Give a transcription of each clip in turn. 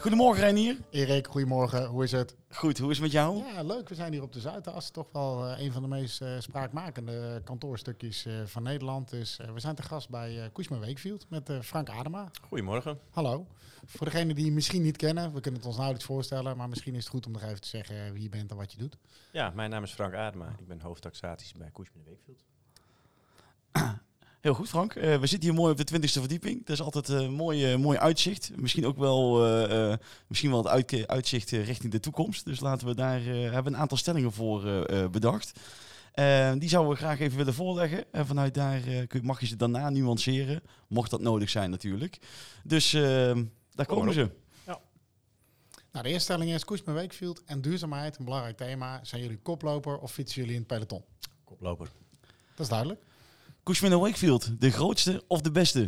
Goedemorgen Reinier. Erik, goedemorgen. Hoe is het? Goed, hoe is het met jou? Ja, leuk. We zijn hier op de Zuidas. Toch wel een van de meest spraakmakende kantoorstukjes van Nederland. Dus we zijn te gast bij Cushman & Wakefield met Frank Adema. Goedemorgen. Hallo. Voor degenen die je misschien niet kennen, we kunnen het ons nauwelijks voorstellen, maar misschien is het goed om nog even te zeggen wie je bent en wat je doet. Ja, mijn naam is Frank Adema. Ik ben hoofdtaxaties bij Cushman & Wakefield. Heel goed Frank. We zitten hier mooi op de 20e verdieping. Dat is altijd een mooi uitzicht. Misschien ook wel, het uitzicht richting de toekomst. Dus laten we daar hebben een aantal stellingen voor bedacht. Die zouden we graag even willen voorleggen. En vanuit daar mag je ze daarna nuanceren. Mocht dat nodig zijn natuurlijk. Dus daar komen ze. Ja. Nou, de eerste stelling is Cushman & Wakefield en duurzaamheid, een belangrijk thema. Zijn jullie koploper of fietsen jullie in het peloton? Koploper. Dat is duidelijk. Cushman & Wakefield, de grootste of de beste?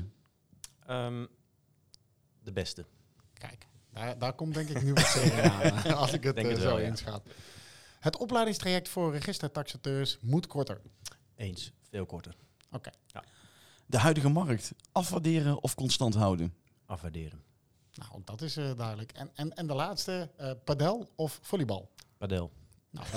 De beste. Kijk, daar komt denk ik nu wat zeggen aan, als ik het Denk zo wel, ja. inschat. Het opleidingstraject voor registertaxateurs moet korter. Eens. Veel korter. Oké. Ja. De huidige markt, afwaarderen of constant houden? Afwaarderen. Nou, dat is duidelijk. En de laatste, padel of volleybal? Padel. Nou,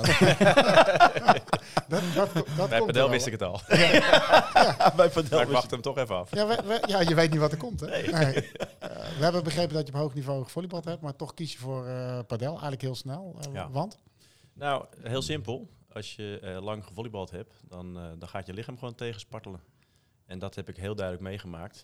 dat Bij komt padel wel. wist ik het al. Bij padel Maar ik is- wacht hem toch even af. Ja, je weet niet wat er komt, hè? Nee. We hebben begrepen dat je op hoog niveau gevolleybald hebt, maar toch kies je voor padel, eigenlijk heel snel. Ja. Want? Nou, heel simpel. Als je lang gevolleybald hebt, dan gaat je lichaam gewoon tegenspartelen. En dat heb ik heel duidelijk meegemaakt.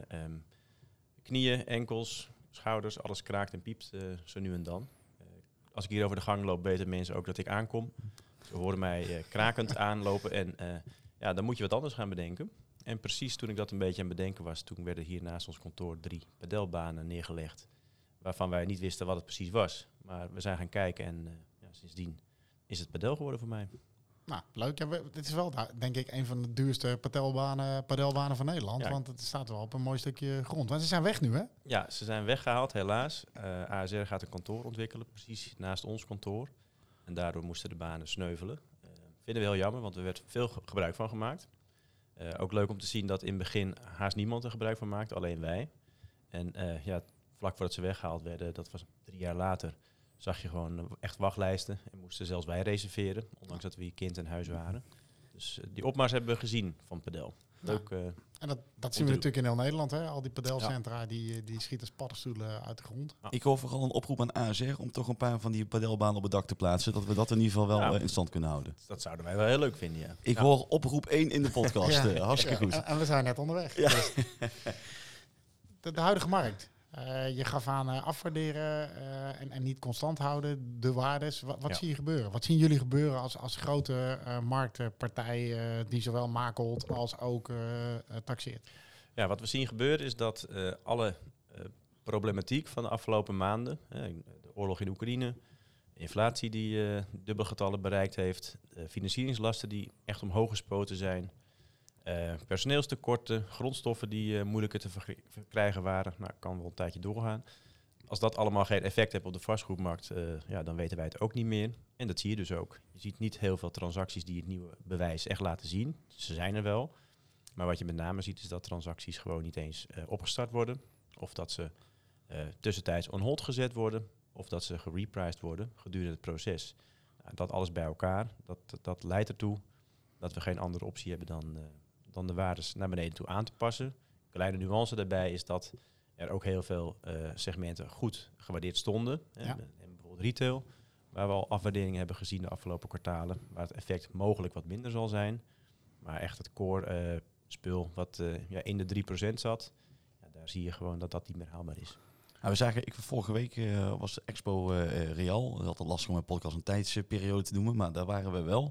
Knieën, enkels, schouders, alles kraakt en piept zo nu en dan. Als ik hier over de gang loop, weten mensen ook dat ik aankom. Ze horen mij krakend aanlopen en dan moet je wat anders gaan bedenken. En precies toen ik dat een beetje aan het bedenken was, toen werden hier naast ons kantoor 3 padelbanen neergelegd. Waarvan wij niet wisten wat het precies was. Maar we zijn gaan kijken en sindsdien is het padel geworden voor mij. Nou, leuk. Ja, dit is wel, denk ik, een van de duurste padelbanen van Nederland. Ja. Want het staat wel op een mooi stukje grond. Maar ze zijn weg nu, hè? Ja, ze zijn weggehaald helaas. ASR gaat een kantoor ontwikkelen, precies naast ons kantoor. En daardoor moesten de banen sneuvelen. Vinden we heel jammer, want er werd veel gebruik van gemaakt. Ook leuk om te zien dat in het begin haast niemand er gebruik van maakte, alleen wij. En vlak voordat ze weggehaald werden, dat was 3 jaar later, zag je gewoon echt wachtlijsten. En moesten zelfs wij reserveren, ondanks dat we hier kind en huis waren. Dus die opmars hebben we gezien van padel. Leuk. En dat zien we natuurlijk in heel Nederland, hè? Al die padelcentra, die schieten als paddenstoelen uit de grond. Ik hoor vooral een oproep aan ASR om toch een paar van die padelbanen op het dak te plaatsen. Dat we dat in ieder geval wel in stand kunnen houden. Dat zouden wij wel heel leuk vinden, ja. Ik hoor oproep 1 in de podcast. Ja. Hartstikke goed. En we zijn net onderweg. Ja. Dus de huidige markt. Je gaf aan afwaarderen en niet constant houden, de waardes. Wat zie je gebeuren? Wat zien jullie gebeuren als grote marktpartij die zowel makelt als ook taxeert? Ja, wat we zien gebeuren is dat alle problematiek van de afgelopen maanden, de oorlog in Oekraïne, inflatie die dubbele getallen bereikt heeft, financieringslasten die echt omhoog gespoten zijn, personeelstekorten, grondstoffen die moeilijker te verkrijgen waren, kan wel een tijdje doorgaan. Als dat allemaal geen effect heeft op de vastgoedmarkt, dan weten wij het ook niet meer. En dat zie je dus ook. Je ziet niet heel veel transacties die het nieuwe bewijs echt laten zien. Ze zijn er wel. Maar wat je met name ziet is dat transacties gewoon niet eens opgestart worden. Of dat ze tussentijds on hold gezet worden. Of dat ze gerepriced worden gedurende het proces. Dat alles bij elkaar, dat leidt ertoe dat we geen andere optie hebben dan de waardes naar beneden toe aan te passen. Kleine nuance daarbij is dat er ook heel veel segmenten goed gewaardeerd stonden. Ja. En bijvoorbeeld retail, waar we al afwaarderingen hebben gezien de afgelopen kwartalen. Waar het effect mogelijk wat minder zal zijn. Maar echt het core spul wat in de 3% zat, daar zie je gewoon dat dat niet meer haalbaar is. Nou, we zagen, vorige week was de Expo Real. Dat is altijd lastig om een podcast een tijdsperiode te noemen, maar daar waren we wel.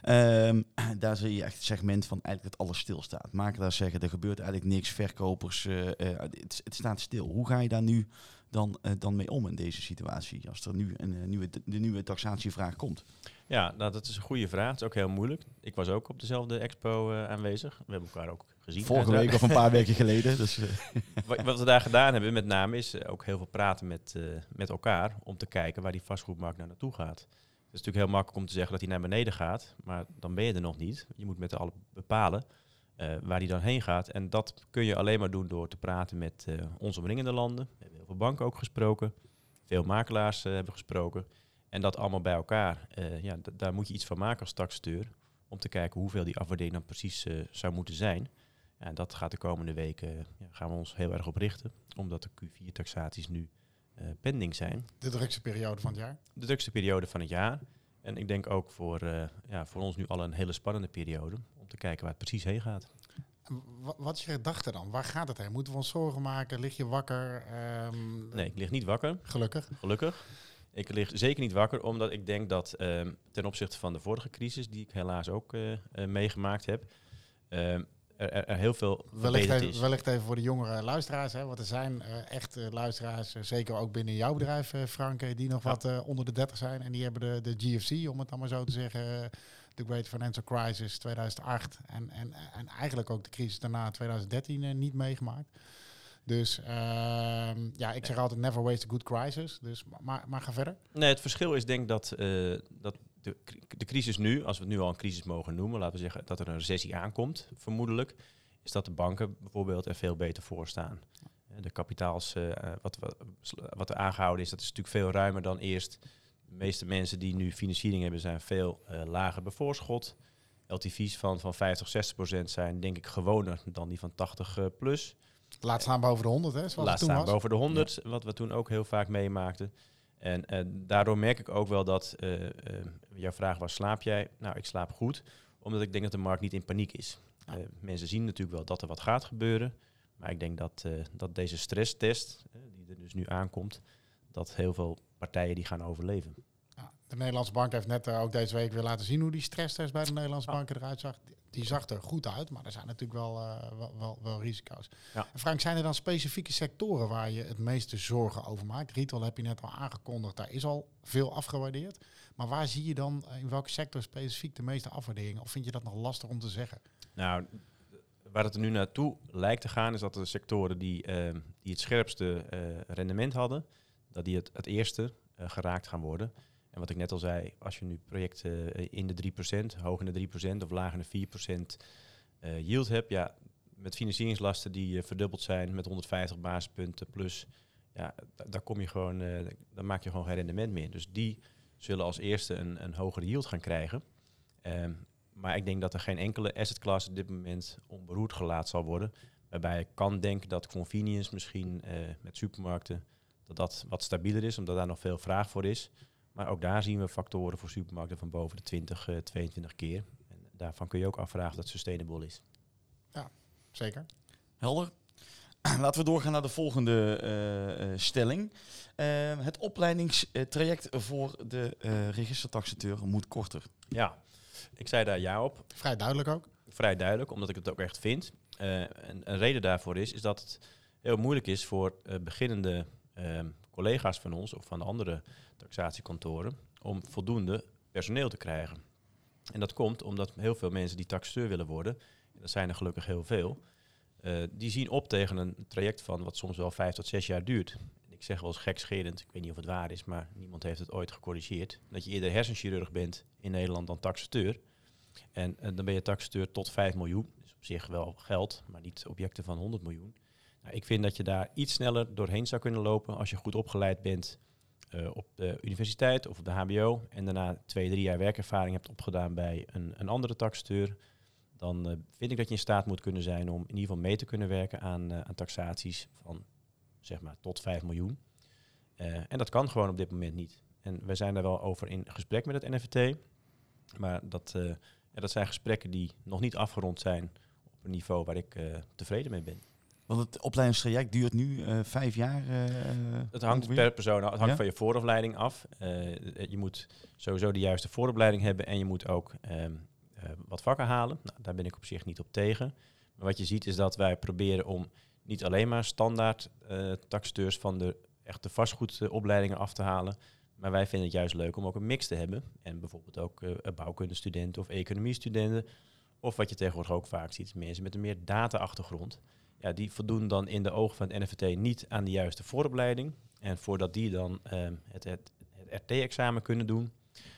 Daar zie je echt het segment van eigenlijk dat alles stilstaat. Makelaars zeggen, er gebeurt eigenlijk niks. Verkopers, het staat stil. Hoe ga je daar nu dan mee om in deze situatie? Als er nu de nieuwe taxatievraag komt. Ja, dat is een goede vraag. Het is ook heel moeilijk. Ik was ook op dezelfde expo aanwezig. We hebben elkaar ook gezien. Vorige week of een paar weken geleden. Dus, Wat we daar gedaan hebben met name is ook heel veel praten met elkaar om te kijken waar die vastgoedmarkt nou naartoe gaat. Het is natuurlijk heel makkelijk om te zeggen dat hij naar beneden gaat, maar dan ben je er nog niet. Je moet met z'n allen bepalen waar die dan heen gaat. En dat kun je alleen maar doen door te praten met onze omringende landen. We hebben heel veel banken ook gesproken. veel makelaars hebben gesproken. En dat allemaal bij elkaar, daar moet je iets van maken als taxateur. Om te kijken hoeveel die afwaardering dan precies zou moeten zijn. Ja, dat gaat de komende weken, gaan we ons heel erg op richten. Omdat de Q4-taxaties nu pending zijn. De drukste periode van het jaar? De drukste periode van het jaar. En ik denk ook voor ons nu al een hele spannende periode. Om te kijken waar het precies heen gaat. Wat is je gedachte dan? Waar gaat het heen? Moeten we ons zorgen maken? Lig je wakker? Nee, ik lig niet wakker. Gelukkig. Ik lig zeker niet wakker, omdat ik denk dat ten opzichte van de vorige crisis, die ik helaas ook meegemaakt heb, er heel veel verbeterd is. Wellicht even voor de jongere luisteraars, hè, want er zijn echt luisteraars, zeker ook binnen jouw bedrijf, Frank, die nog wat onder de 30 zijn. En die hebben de GFC, om het dan maar zo te zeggen, de Great Financial Crisis 2008 en eigenlijk ook de crisis daarna 2013 niet meegemaakt. Dus ik zeg altijd never waste a good crisis. Dus, maar ga verder. Nee, het verschil is denk ik dat de crisis nu, als we het nu al een crisis mogen noemen, laten we zeggen dat er een recessie aankomt, vermoedelijk, is dat de banken bijvoorbeeld er veel beter voor staan. De kapitaals, wat er aangehouden is, dat is natuurlijk veel ruimer dan eerst. De meeste mensen die nu financiering hebben, zijn veel lager bevoorschot. LTV's van 50-60% zijn denk ik gewoner dan die van 80+. Laat staan boven de 100, hè? Laat staan boven de 100, wat we toen ook heel vaak meemaakten. En daardoor merk ik ook wel dat jouw vraag was, slaap jij? Nou, ik slaap goed, omdat ik denk dat de markt niet in paniek is. Mensen zien natuurlijk wel dat er wat gaat gebeuren. Maar ik denk dat deze stresstest, die er dus nu aankomt, dat heel veel partijen die gaan overleven. Ja, de Nederlandse Bank heeft net ook deze week weer laten zien hoe die stresstest bij de Nederlandse banken eruit zag. Die zag er goed uit, maar er zijn natuurlijk wel risico's. Ja. En Frank, zijn er dan specifieke sectoren waar je het meeste zorgen over maakt? Retail heb je net al aangekondigd, daar is al veel afgewaardeerd. Maar waar zie je dan in welke sector specifiek de meeste afwaarderingen? Of vind je dat nog lastig om te zeggen? Nou, waar het er nu naartoe lijkt te gaan, is dat de sectoren die het scherpste rendement hadden, dat die het eerste geraakt gaan worden. En wat ik net al zei, als je nu projecten in de 3%, hoog in de 3% of laag in de 4% yield hebt, ja, met financieringslasten die verdubbeld zijn met 150 basispunten plus, ja, daar kom je gewoon, dan maak je gewoon geen rendement meer. Dus die zullen als eerste een hogere yield gaan krijgen. Maar ik denk dat er geen enkele asset class op dit moment onberoerd gelaten zal worden. Waarbij ik kan denken dat convenience misschien met supermarkten, dat wat stabieler is, omdat daar nog veel vraag voor is. Maar ook daar zien we factoren voor supermarkten van boven de 22 keer. En daarvan kun je ook afvragen of dat sustainable is. Ja, zeker. Helder. Laten we doorgaan naar de volgende stelling. Het opleidingstraject voor de registertaxateur moet korter. Ja, ik zei daar ja op. Vrij duidelijk ook. Vrij duidelijk, omdat ik het ook echt vind. En een reden daarvoor is dat het heel moeilijk is voor beginnende collega's van ons of van de andere taxatiekantoren om voldoende personeel te krijgen. En dat komt omdat heel veel mensen die taxateur willen worden, en dat zijn er gelukkig heel veel, die zien op tegen een traject van wat soms wel 5 tot 6 jaar duurt. Ik zeg wel eens gekscherend, ik weet niet of het waar is, maar niemand heeft het ooit gecorrigeerd, dat je eerder hersenchirurg bent in Nederland dan taxateur. En dan ben je taxateur tot 5 miljoen. Dus op zich wel geld, maar niet objecten van 100 miljoen. Nou, ik vind dat je daar iets sneller doorheen zou kunnen lopen als je goed opgeleid bent op de universiteit of op de hbo en daarna 2-3 jaar werkervaring hebt opgedaan bij een andere taxateur. Dan vind ik dat je in staat moet kunnen zijn om in ieder geval mee te kunnen werken aan taxaties van zeg maar tot 5 miljoen. En dat kan gewoon op dit moment niet. En we zijn daar wel over in gesprek met het NFVT. Maar dat zijn gesprekken die nog niet afgerond zijn op een niveau waar ik tevreden mee ben. Want het opleidingstraject duurt nu 5 jaar? Het hangt per persoon af. Het hangt van je vooropleiding af. Je moet sowieso de juiste vooropleiding hebben en je moet ook wat vakken halen. Nou, daar ben ik op zich niet op tegen. Maar wat je ziet is dat wij proberen om niet alleen maar standaard taxateurs van de echte vastgoedopleidingen af te halen. Maar wij vinden het juist leuk om ook een mix te hebben. En bijvoorbeeld ook bouwkundestudenten of economiestudenten. Of wat je tegenwoordig ook vaak ziet, mensen met een meer data-achtergrond. Ja, die voldoen dan in de ogen van het NFVT niet aan de juiste vooropleiding. En voordat die dan het RT-examen kunnen doen,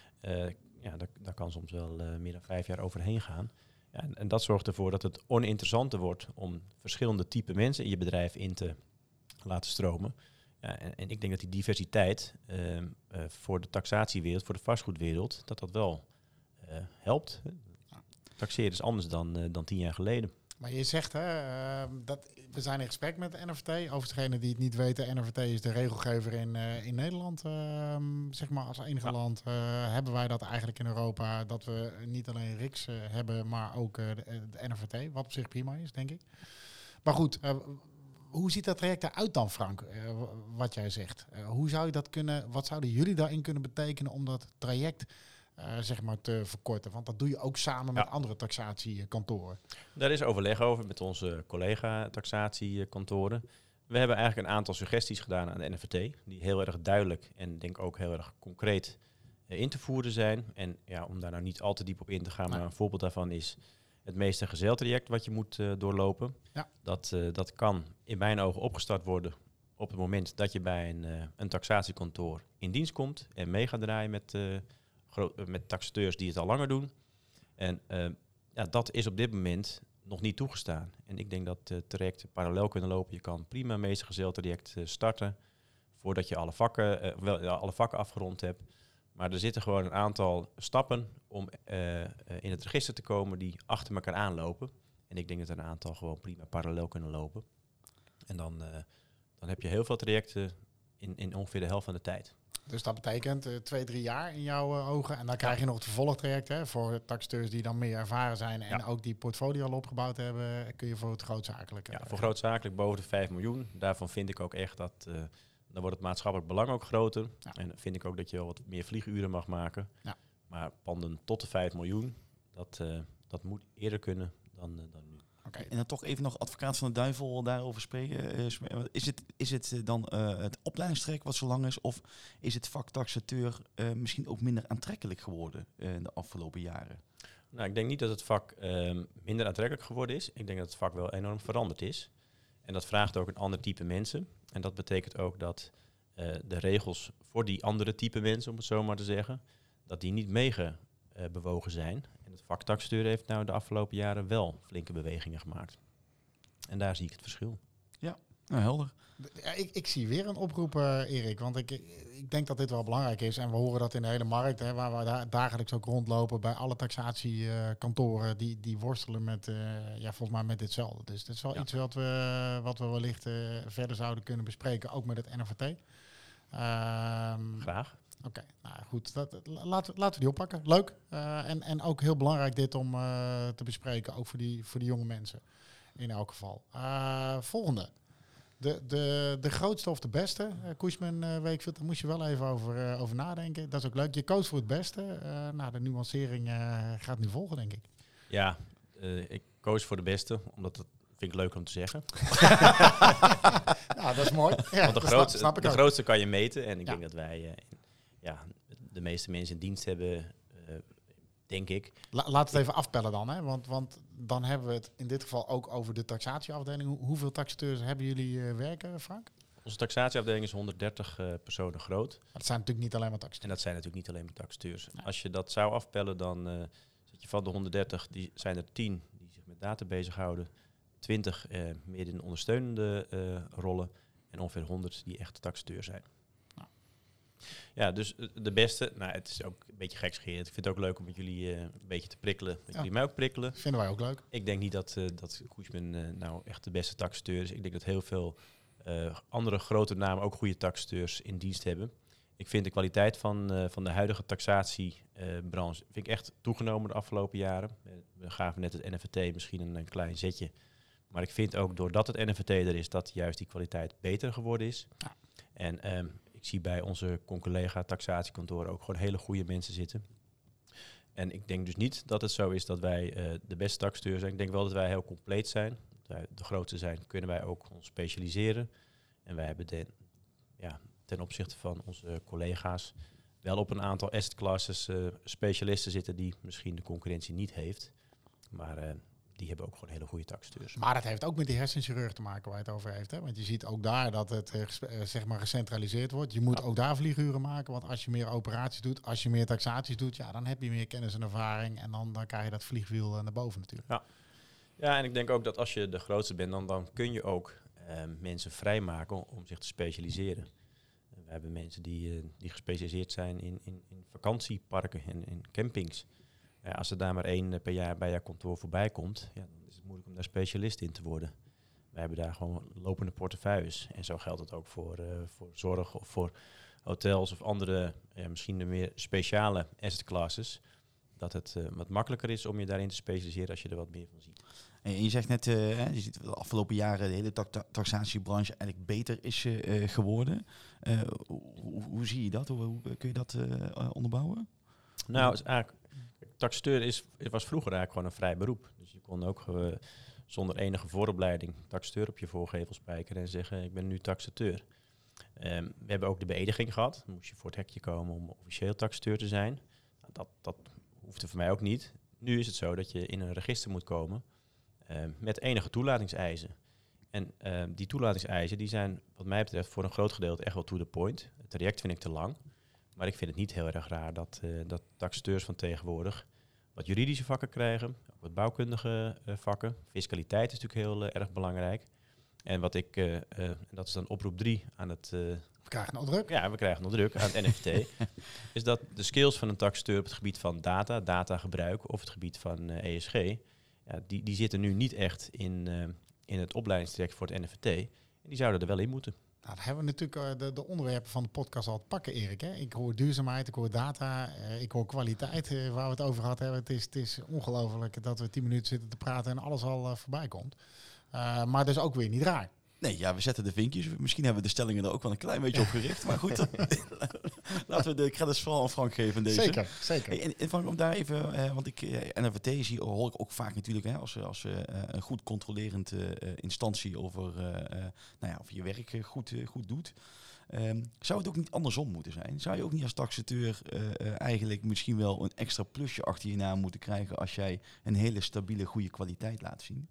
daar kan soms wel meer dan 5 jaar overheen gaan. Ja, en dat zorgt ervoor dat het oninteressanter wordt om verschillende type mensen in je bedrijf in te laten stromen. Ja, en ik denk dat die diversiteit voor de taxatiewereld, voor de vastgoedwereld, dat wel helpt. Taxeren is anders dan 10 jaar geleden. Maar je zegt, dat we zijn in gesprek met de NFVT. Overigens, degene die het niet weten, NFVT is de regelgever in Nederland. Zeg maar als enige land hebben wij dat eigenlijk in Europa. Dat we niet alleen RICS hebben, maar ook de NFVT. Wat op zich prima is, denk ik. Maar goed, hoe ziet dat traject eruit dan, Frank? Wat jij zegt. Hoe zou je dat kunnen? Wat zouden jullie daarin kunnen betekenen om dat traject zeg maar te verkorten? Want dat doe je ook samen met andere taxatiekantoren. Daar is overleg over met onze collega-taxatiekantoren. We hebben eigenlijk een aantal suggesties gedaan aan de NFVT, die heel erg duidelijk en denk ook heel erg concreet in te voeren zijn. En ja, om daar nou niet al te diep op in te gaan, maar een voorbeeld daarvan is het meestergezeltraject wat je moet doorlopen. Ja. Dat kan in mijn ogen opgestart worden op het moment dat je bij een taxatiekantoor in dienst komt en mee gaat draaien met taxateurs die het al langer doen. En dat is op dit moment nog niet toegestaan. En ik denk dat trajecten parallel kunnen lopen. Je kan prima een meestergezeltraject starten voordat je alle vakken afgerond hebt. Maar er zitten gewoon een aantal stappen om in het register te komen die achter elkaar aanlopen. En ik denk dat er een aantal gewoon prima parallel kunnen lopen. En dan heb je heel veel trajecten in ongeveer de helft van de tijd. Dus dat betekent 2-3 jaar in jouw ogen. En dan krijg je nog het vervolgtraject voor taxateurs die dan meer ervaren zijn. En ook die portfolio al opgebouwd hebben, kun je voor het grootzakelijk. Ja, voor grootzakelijk boven de 5 miljoen. Daarvan vind ik ook echt dat dan wordt het maatschappelijk belang ook groter. Ja. En vind ik ook dat je wel wat meer vlieguren mag maken. Ja. Maar panden tot de 5 miljoen, dat moet eerder kunnen dan nu. Okay. En dan toch even nog advocaat van de duivel daarover spreken. Is het dan het opleidingstraject wat zo lang is? Of is het vak taxateur misschien ook minder aantrekkelijk geworden in de afgelopen jaren? Nou, ik denk niet dat het vak minder aantrekkelijk geworden is. Ik denk dat het vak wel enorm veranderd is. En dat vraagt ook een ander type mensen. En dat betekent ook dat de regels voor die andere type mensen, om het zo maar te zeggen, dat die niet meegebewogen zijn. En het vak taxateur heeft nou de afgelopen jaren wel flinke bewegingen gemaakt. En daar zie ik het verschil. Ja, nou, helder. Ja, ik zie weer een oproep, Erik. Want ik denk dat dit wel belangrijk is. En we horen dat in de hele markt, waar we dagelijks ook rondlopen bij alle taxatiekantoren. Die worstelen met, volgens mij met ditzelfde. Dus dat is wel iets wat we wellicht verder zouden kunnen bespreken. Ook met het NFVT. Graag. Oké, nou goed. Laten we die oppakken. Leuk. En ook heel belangrijk dit om te bespreken. Ook voor die jonge mensen. In elk geval. Volgende. De grootste of de beste, Koesman Wakefield, daar moest je wel even over nadenken. Dat is ook leuk. Je koos voor het beste. De nuancering gaat nu volgen, denk ik. Ja, ik koos voor de beste, omdat dat vind ik leuk om te zeggen. Ja, dat is mooi. Ja, want de grootste kan je meten. En ik denk dat wij de meeste mensen in dienst hebben, denk ik. Laat het even afpellen dan, hè? Want dan hebben we het in dit geval ook over de taxatieafdeling. Hoeveel taxateurs hebben jullie werken, Frank? Onze taxatieafdeling is 130 personen groot. Maar dat zijn natuurlijk niet alleen maar taxateurs. En dat zijn natuurlijk niet alleen maar taxateurs. Nee. Als je dat zou afpellen, dan zit je van de 130, die zijn er 10 die zich met data bezighouden. 20 meer in ondersteunende rollen. En ongeveer 100 die echt taxateur zijn. Ja, dus de beste. Nou, het is ook een beetje gekscherend. Ik vind het ook leuk om met jullie een beetje te prikkelen. Dat jullie mij ook prikkelen. Vinden wij ook leuk. Ik denk niet dat Koesman nou echt de beste taxateur is. Ik denk dat heel veel andere grote namen ook goede taxateurs in dienst hebben. Ik vind de kwaliteit van de huidige taxatiebranche vind ik echt toegenomen de afgelopen jaren. We gaven net het NFVT misschien een klein zetje. Maar ik vind ook doordat het NFVT er is, dat juist die kwaliteit beter geworden is. Ja. En ik zie bij onze collega taxatiekantoren ook gewoon hele goede mensen zitten. En ik denk dus niet dat het zo is dat wij de beste taxateur zijn. Ik denk wel dat wij heel compleet zijn. Dat wij de grootste zijn, kunnen wij ook ons specialiseren. En wij hebben ten opzichte van onze collega's wel op een aantal asset classes specialisten zitten die misschien de concurrentie niet heeft. Maar die hebben ook gewoon hele goede taxateurs. Maar dat heeft ook met die hersenchirurg te maken waar je het over heeft. Hè? Want je ziet ook daar dat het gecentraliseerd wordt. Je moet ook daar vlieguren maken. Want als je meer operaties doet, als je meer taxaties doet, dan heb je meer kennis en ervaring. En dan krijg je dat vliegwiel naar boven natuurlijk. Ja, en ik denk ook dat als je de grootste bent, dan kun je ook mensen vrijmaken om zich te specialiseren. We hebben mensen die gespecialiseerd zijn in vakantieparken en in campings. Als er daar maar 1 per jaar bij jouw kantoor voorbij komt, dan is het moeilijk om daar specialist in te worden. We hebben daar gewoon lopende portefeuilles. En zo geldt het ook voor zorg of voor hotels of andere, misschien de meer speciale asset classes. Dat het wat makkelijker is om je daarin te specialiseren als je er wat meer van ziet. En je zegt net, je ziet de afgelopen jaren de hele taxatiebranche eigenlijk beter is geworden. Hoe zie je dat? Hoe kun je dat onderbouwen? Nou, taxateur was vroeger eigenlijk gewoon een vrij beroep. Dus je kon ook zonder enige vooropleiding taxateur op je voorgevel spijkeren en zeggen, ik ben nu taxateur. We hebben ook de beëdiging gehad. Dan moest je voor het hekje komen om officieel taxateur te zijn. Dat hoefde voor mij ook niet. Nu is het zo dat je in een register moet komen met enige toelatingseisen. En die toelatingseisen die zijn wat mij betreft voor een groot gedeelte echt wel to the point. Het traject vind ik te lang. Maar ik vind het niet heel erg raar dat taxateurs van tegenwoordig wat juridische vakken krijgen, ook wat bouwkundige vakken. Fiscaliteit is natuurlijk heel erg belangrijk. En wat ik, dat is dan oproep 3 aan het... We krijgen nog druk. Ja, we krijgen nog druk aan het NFT. Is dat de skills van een taxateur op het gebied van datagebruik of het gebied van ESG, die zitten nu niet echt in het opleidingstraject voor het NFT. En die zouden er wel in moeten. Nou, dan hebben we natuurlijk de onderwerpen van de podcast al te pakken, Erik. Hè? Ik hoor duurzaamheid, ik hoor data, ik hoor kwaliteit, waar we het over gehad hebben. Het is ongelooflijk dat we 10 minuten zitten te praten en alles al voorbij komt. Maar dus ook weer niet raar. Nee, ja, we zetten de vinkjes. Misschien hebben we de stellingen er ook wel een klein beetje op gericht. Maar goed, laten we de credits vooral aan Frank geven in deze. Zeker, zeker. Hey, en Frank, om daar even, want NFT hoor ik ook vaak natuurlijk als een goed controlerend instantie over of je werk goed doet. Zou het ook niet andersom moeten zijn? Zou je ook niet als taxateur eigenlijk misschien wel een extra plusje achter je naam moeten krijgen als jij een hele stabiele, goede kwaliteit laat zien?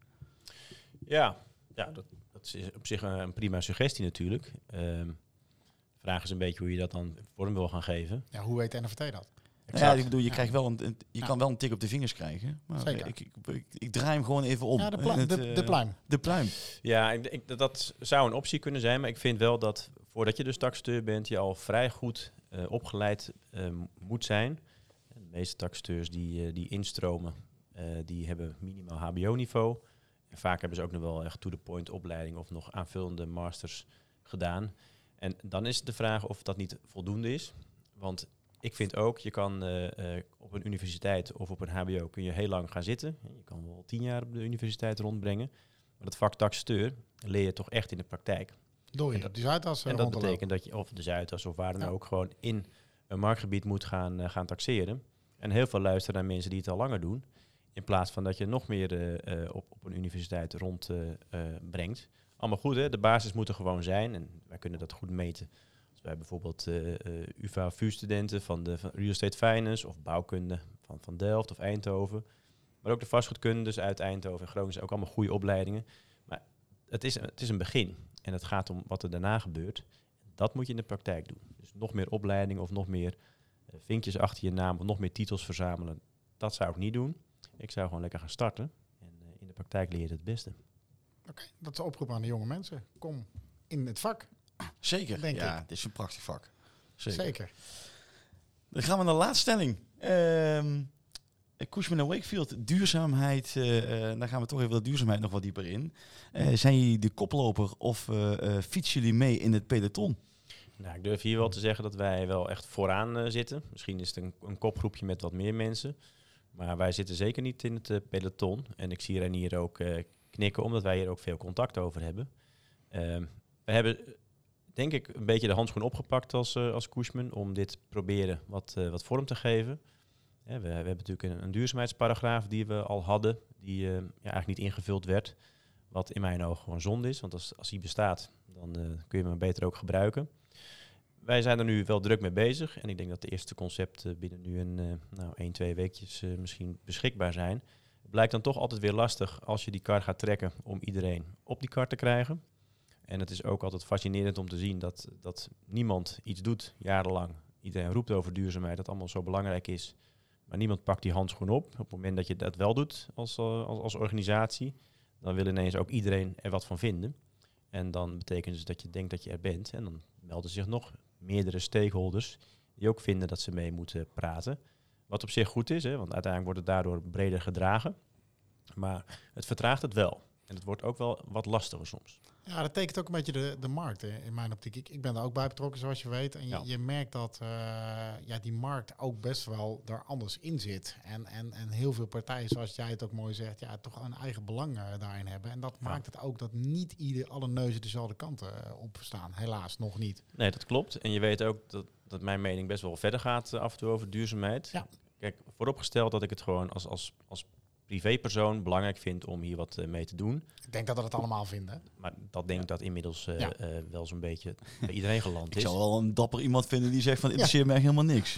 Ja, dat is op zich een prima suggestie natuurlijk. Vraag is een beetje hoe je dat dan vorm wil gaan geven. Ja, hoe weet de NFT dat? Ja, ik bedoel, je krijgt wel kan wel een tik op de vingers krijgen. Maar zeker. Ik draai hem gewoon even om. Ja, de pluim. De pluim. Ja, dat zou een optie kunnen zijn. Maar ik vind wel dat voordat je dus taxateur bent, je al vrij goed opgeleid moet zijn. De meeste taxateurs die instromen, die hebben minimaal hbo-niveau. En vaak hebben ze ook nog wel echt to-the-point opleiding of nog aanvullende masters gedaan. En dan is de vraag of dat niet voldoende is. Want ik vind ook, je kan op een universiteit of op een hbo kun je heel lang gaan zitten. Je kan wel 10 jaar op de universiteit rondbrengen. Maar dat vak taxateur leer je toch echt in de praktijk. Door je op die Zuidas en dat betekent dat je, of de Zuidas of waar dan ook, gewoon in een marktgebied moet gaan taxeren. En heel veel luisteren naar mensen die het al langer doen. In plaats van dat je nog meer op een universiteit rondbrengt. Allemaal goed, hè? De basis moet er gewoon zijn. En wij kunnen dat goed meten. Dus wij bijvoorbeeld UvA-VU-studenten van Real Estate Finance of bouwkunde van Delft of Eindhoven. Maar ook de vastgoedkunde dus uit Eindhoven en Groningen zijn ook allemaal goede opleidingen. Maar het is een begin. En het gaat om wat er daarna gebeurt. Dat moet je in de praktijk doen. Dus nog meer opleiding of nog meer vinkjes achter je naam of nog meer titels verzamelen. Dat zou ik niet doen. Ik zou gewoon lekker gaan starten. En in de praktijk leer je het beste. Oké, dat is de oproep aan de jonge mensen. Kom in het vak. Zeker, denk ik. Het is een prachtig vak. Zeker. Dan gaan we naar de laatste stelling. Cushman & Wakefield, duurzaamheid. Daar gaan we toch even de duurzaamheid nog wat dieper in. Zijn jullie de koploper of fietsen jullie mee in het peloton? Nou, ik durf hier wel te zeggen dat wij wel echt vooraan zitten. Misschien is het een kopgroepje met wat meer mensen. Maar wij zitten zeker niet in het peloton. En ik zie Reinier hier ook knikken, omdat wij hier ook veel contact over hebben. We hebben, denk ik, een beetje de handschoen opgepakt als Cushman om dit proberen wat vorm te geven. We hebben natuurlijk een duurzaamheidsparagraaf die we al hadden, die eigenlijk niet ingevuld werd. Wat in mijn ogen gewoon zonde is, want als die bestaat, dan kun je hem beter ook gebruiken. Wij zijn er nu wel druk mee bezig. En ik denk dat de eerste concepten binnen nu 1-2 weekjes misschien beschikbaar zijn. Het blijkt dan toch altijd weer lastig als je die kar gaat trekken om iedereen op die kar te krijgen. En het is ook altijd fascinerend om te zien dat niemand iets doet jarenlang. Iedereen roept over duurzaamheid, dat allemaal zo belangrijk is. Maar niemand pakt die handschoen op. Op het moment dat je dat wel doet als organisatie, dan wil ineens ook iedereen er wat van vinden. En dan betekent dus dat je denkt dat je er bent. En dan melden zich nog meerdere stakeholders die ook vinden dat ze mee moeten praten. Wat op zich goed is, hè, want uiteindelijk wordt het daardoor breder gedragen. Maar het vertraagt het wel. En het wordt ook wel wat lastiger soms. Ja, dat tekent ook een beetje de markt in mijn optiek. Ik ben daar ook bij betrokken, zoals je weet. En je merkt dat die markt ook best wel er anders in zit. En heel veel partijen, zoals jij het ook mooi zegt, toch een eigen belang daarin hebben. En dat maakt het ook dat niet alle neuzen dezelfde kant op staan. Helaas nog niet. Nee, dat klopt. En je weet ook dat mijn mening best wel verder gaat af en toe over duurzaamheid. Ja. Kijk, vooropgesteld dat ik het gewoon als privépersoon belangrijk vind om hier wat mee te doen. Ik denk dat we het allemaal vinden. Maar dat denk ik dat inmiddels wel zo'n beetje bij iedereen geland is. Ik zou wel een dapper iemand vinden die zegt van interesseert mij helemaal niks.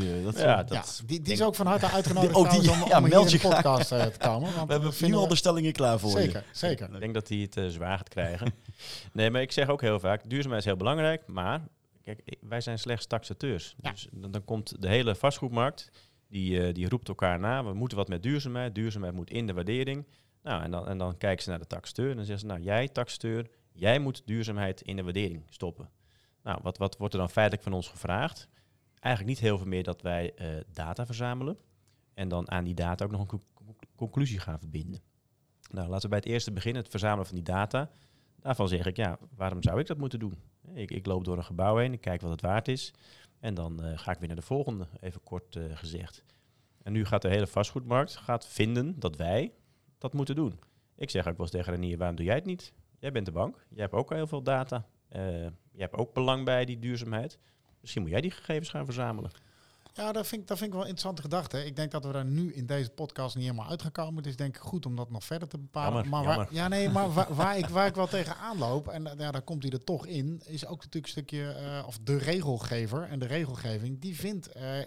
Die is ook van harte uitgenodigd om hier in de podcast te komen. Want we hebben nu al de stellingen klaar voor je. Zeker. Ik denk dat hij het zwaar gaat krijgen. Nee, maar ik zeg ook heel vaak, duurzaamheid is heel belangrijk, maar kijk, wij zijn slechts taxateurs. Ja. Dus dan komt de hele vastgoedmarkt, die roept elkaar na, we moeten wat met duurzaamheid. Duurzaamheid moet in de waardering. Nou, en dan kijken ze naar de taxateur en dan zeggen ze, nou jij taxateur, jij moet duurzaamheid in de waardering stoppen. Nou, wat wordt er dan feitelijk van ons gevraagd? Eigenlijk niet heel veel meer dat wij data verzamelen en dan aan die data ook nog een conclusie gaan verbinden. Nou, laten we bij het eerste beginnen, het verzamelen van die data. Daarvan zeg ik, waarom zou ik dat moeten doen? Ik loop door een gebouw heen, ik kijk wat het waard is. En dan ga ik weer naar de volgende, even kort gezegd. En nu gaat de hele vastgoedmarkt vinden dat wij dat moeten doen. Ik zeg ook wel eens tegen Renier, waarom doe jij het niet? Jij bent de bank, jij hebt ook heel veel data. Je hebt ook belang bij die duurzaamheid. Misschien moet jij die gegevens gaan verzamelen. Ja, dat vind ik wel een interessante gedachte. Ik denk dat we daar nu in deze podcast niet helemaal uit gaan komen. Het is denk ik goed om dat nog verder te bepalen. Jammer. Waar ik wel tegenaan loop, en daar komt hij er toch in, is ook natuurlijk een stukje, of de regelgever en de regelgeving, die vindt,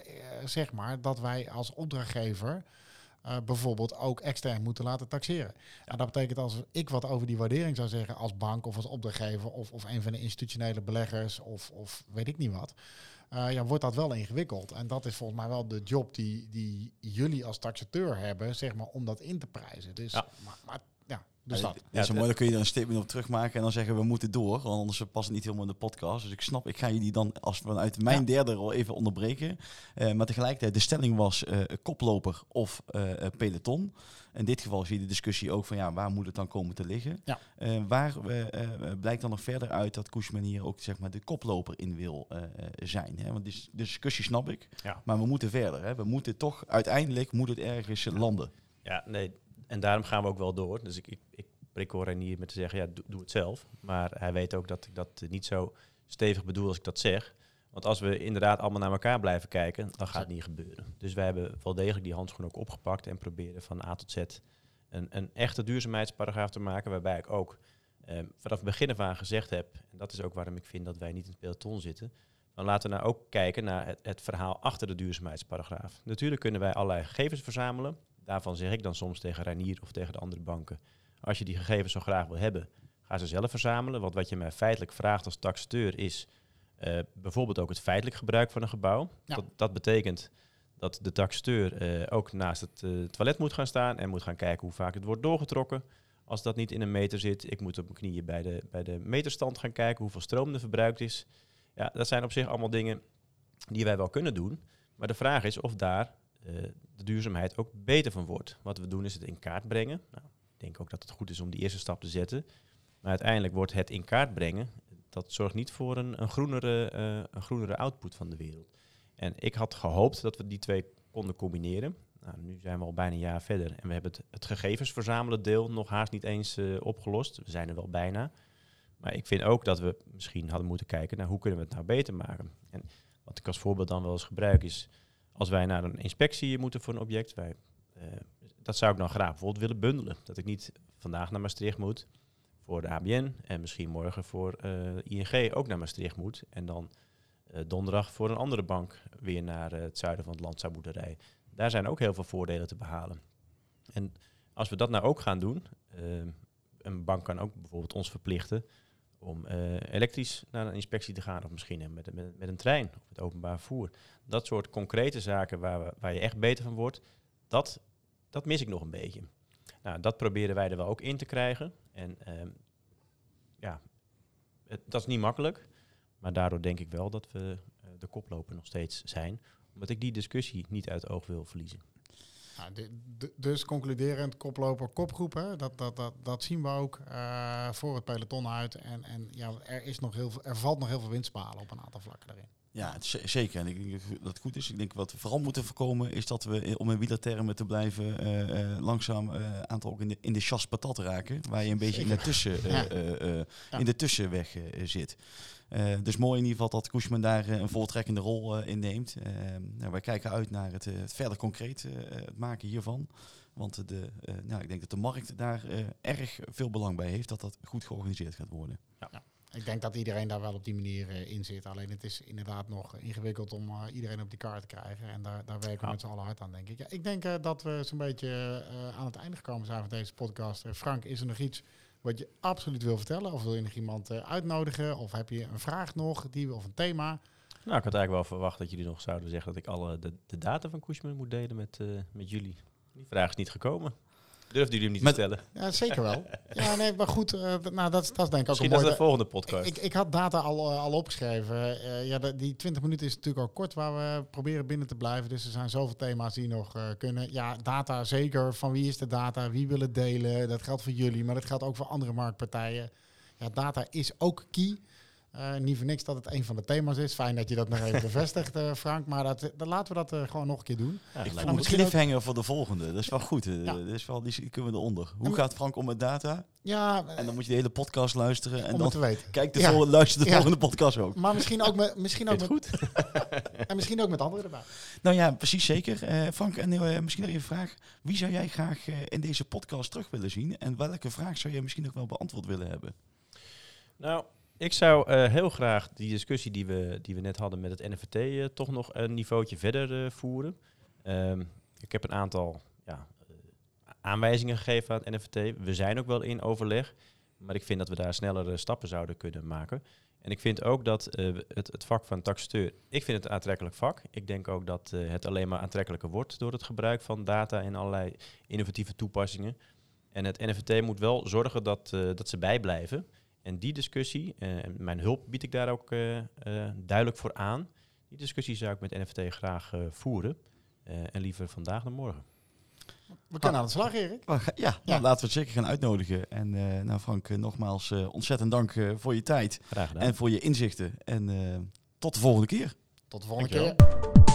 zeg maar, dat wij als opdrachtgever bijvoorbeeld ook extern moeten laten taxeren. Ja. En dat betekent als ik wat over die waardering zou zeggen als bank of als opdrachtgever of een van de institutionele beleggers of weet ik niet wat, wordt dat wel ingewikkeld. En dat is volgens mij wel de job die jullie als taxateur hebben, zeg maar, om dat in te prijzen. Dus, dus dat. Ja, zo mooi, dan kun je er een statement op terugmaken en dan zeggen we moeten door, want anders past het niet helemaal in de podcast. Dus ik ga jullie dan als vanuit mijn derde rol even onderbreken. Maar tegelijkertijd, de stelling was koploper of peloton. In dit geval zie je de discussie ook van waar moet het dan komen te liggen. Ja. Waar blijkt dan nog verder uit dat Cushman hier ook zeg maar de koploper in wil zijn. Hè? Want de discussie snap ik, maar we moeten verder. Hè? We moeten toch, uiteindelijk moet het ergens landen. Ja, nee. En daarom gaan we ook wel door. Dus ik prikkel Renier met te zeggen, doe het zelf. Maar hij weet ook dat ik dat niet zo stevig bedoel als ik dat zeg. Want als we inderdaad allemaal naar elkaar blijven kijken, dan gaat het niet gebeuren. Dus wij hebben wel degelijk die handschoen ook opgepakt en proberen van A tot Z een echte duurzaamheidsparagraaf te maken, waarbij ik ook vanaf het begin af aan gezegd heb, en dat is ook waarom ik vind dat wij niet in het peloton zitten, dan laten we nou ook kijken naar het verhaal achter de duurzaamheidsparagraaf. Natuurlijk kunnen wij allerlei gegevens verzamelen. Daarvan zeg ik dan soms tegen Reinier of tegen de andere banken, als je die gegevens zo graag wil hebben, ga ze zelf verzamelen. Want wat je mij feitelijk vraagt als taxateur is bijvoorbeeld ook het feitelijk gebruik van een gebouw. Ja. Dat betekent dat de taxateur ook naast het toilet moet gaan staan en moet gaan kijken hoe vaak het wordt doorgetrokken. Als dat niet in een meter zit, ik moet op mijn knieën bij de meterstand gaan kijken hoeveel stroom er verbruikt is. Ja, dat zijn op zich allemaal dingen die wij wel kunnen doen. Maar de vraag is of daar de duurzaamheid ook beter van wordt. Wat we doen is het in kaart brengen. Nou, ik denk ook dat het goed is om die eerste stap te zetten. Maar uiteindelijk wordt het in kaart brengen, dat zorgt niet voor een groenere output van de wereld. En ik had gehoopt dat we die twee konden combineren. Nou, nu zijn we al bijna een jaar verder en we hebben het gegevens verzamelen deel nog haast niet eens opgelost. We zijn er wel bijna. Maar ik vind ook dat we misschien hadden moeten kijken naar hoe kunnen we het nou beter maken. En wat ik als voorbeeld dan wel eens gebruik is, als wij naar een inspectie moeten voor een object, dat zou ik dan graag bijvoorbeeld willen bundelen. Dat ik niet vandaag naar Maastricht moet voor de ABN en misschien morgen voor ING ook naar Maastricht moet. En dan donderdag voor een andere bank weer naar het zuiden van het land zou moeten rijden. Daar zijn ook heel veel voordelen te behalen. En als we dat nou ook gaan doen, een bank kan ook bijvoorbeeld ons verplichten om elektrisch naar een inspectie te gaan of misschien met een trein of met openbaar vervoer. Dat soort concrete zaken waar je echt beter van wordt, dat mis ik nog een beetje. Nou, dat proberen wij er wel ook in te krijgen. En Dat is niet makkelijk. Maar daardoor denk ik wel dat we de koploper nog steeds zijn. Omdat ik die discussie niet uit het oog wil verliezen. Nou, dus concluderend, koploper, kopgroep, hè? Dat zien we ook voor het peloton uit. En ja, er valt nog heel veel winst te behalen op een aantal vlakken daarin. Ja, zeker. En ik denk dat het goed is. Ik denk wat we vooral moeten voorkomen is dat we, om in wielertermen te blijven, langzaam aantal ook in de chasse patat raken. Waar je een beetje in de tussenweg zit. Dus mooi in ieder geval dat Koesman daar een voltrekkende rol in neemt. Wij kijken uit naar het verder concreet het maken hiervan. Want ik denk dat de markt daar erg veel belang bij heeft dat dat goed georganiseerd gaat worden. Ja. Ik denk dat iedereen daar wel op die manier in zit. Alleen het is inderdaad nog ingewikkeld om iedereen op die kaart te krijgen. En daar werken we met z'n allen hard aan, denk ik. Ja, ik denk dat we zo'n beetje aan het einde gekomen zijn van deze podcast. Frank, is er nog iets wat je absoluut wil vertellen? Of wil je nog iemand uitnodigen? Of heb je een vraag nog, of een thema? Nou, ik had eigenlijk wel verwacht dat jullie nog zouden zeggen dat ik alle de data van Koesman moet delen met jullie. Die vraag is niet gekomen. Durfden jullie hem niet te stellen? Ja, zeker wel. Ja, nee, maar goed. Dat is denk ik ook misschien een mooi... de volgende podcast. Ik had data al opgeschreven. Die 20 minuten is natuurlijk ook kort waar we proberen binnen te blijven. Dus er zijn zoveel thema's die nog kunnen. Ja, data zeker. Van wie is de data? Wie wil het delen? Dat geldt voor jullie, maar dat geldt ook voor andere marktpartijen. Ja, data is ook key. Niet voor niks dat het een van de thema's is. Fijn dat je dat nog even bevestigt, Frank. Maar dan laten we dat gewoon nog een keer doen. Ja, ik voel een cliffhanger voor de volgende. Dat is wel goed. Die kunnen we eronder. Hoe gaat Frank om met data? Ja, en dan moet je de hele podcast luisteren. En dan kijk luister de volgende podcast ook. Maar misschien ook met goed. En misschien ook met anderen erbij. Nou ja, precies zeker. Frank, en misschien nog even een vraag. Wie zou jij graag in deze podcast terug willen zien? En welke vraag zou jij misschien nog wel beantwoord willen hebben? Nou... Ik zou heel graag die discussie die we net hadden met het NFVT toch nog een niveautje verder voeren. Ik heb een aantal aanwijzingen gegeven aan het NFVT. We zijn ook wel in overleg, maar ik vind dat we daar snellere stappen zouden kunnen maken. En ik vind ook dat het vak van taxateur, ik vind het een aantrekkelijk vak. Ik denk ook dat het alleen maar aantrekkelijker wordt door het gebruik van data en allerlei innovatieve toepassingen. En het NFVT moet wel zorgen dat ze bijblijven. En die discussie, en mijn hulp bied ik daar ook duidelijk voor aan. Die discussie zou ik met NFVT graag voeren. En liever vandaag dan morgen. We kunnen aan de slag, Erik. Ja. Laten we het zeker gaan uitnodigen. En Frank, nogmaals ontzettend dank voor je tijd. Graag gedaan. En voor je inzichten. En tot de volgende keer. Tot de volgende keer.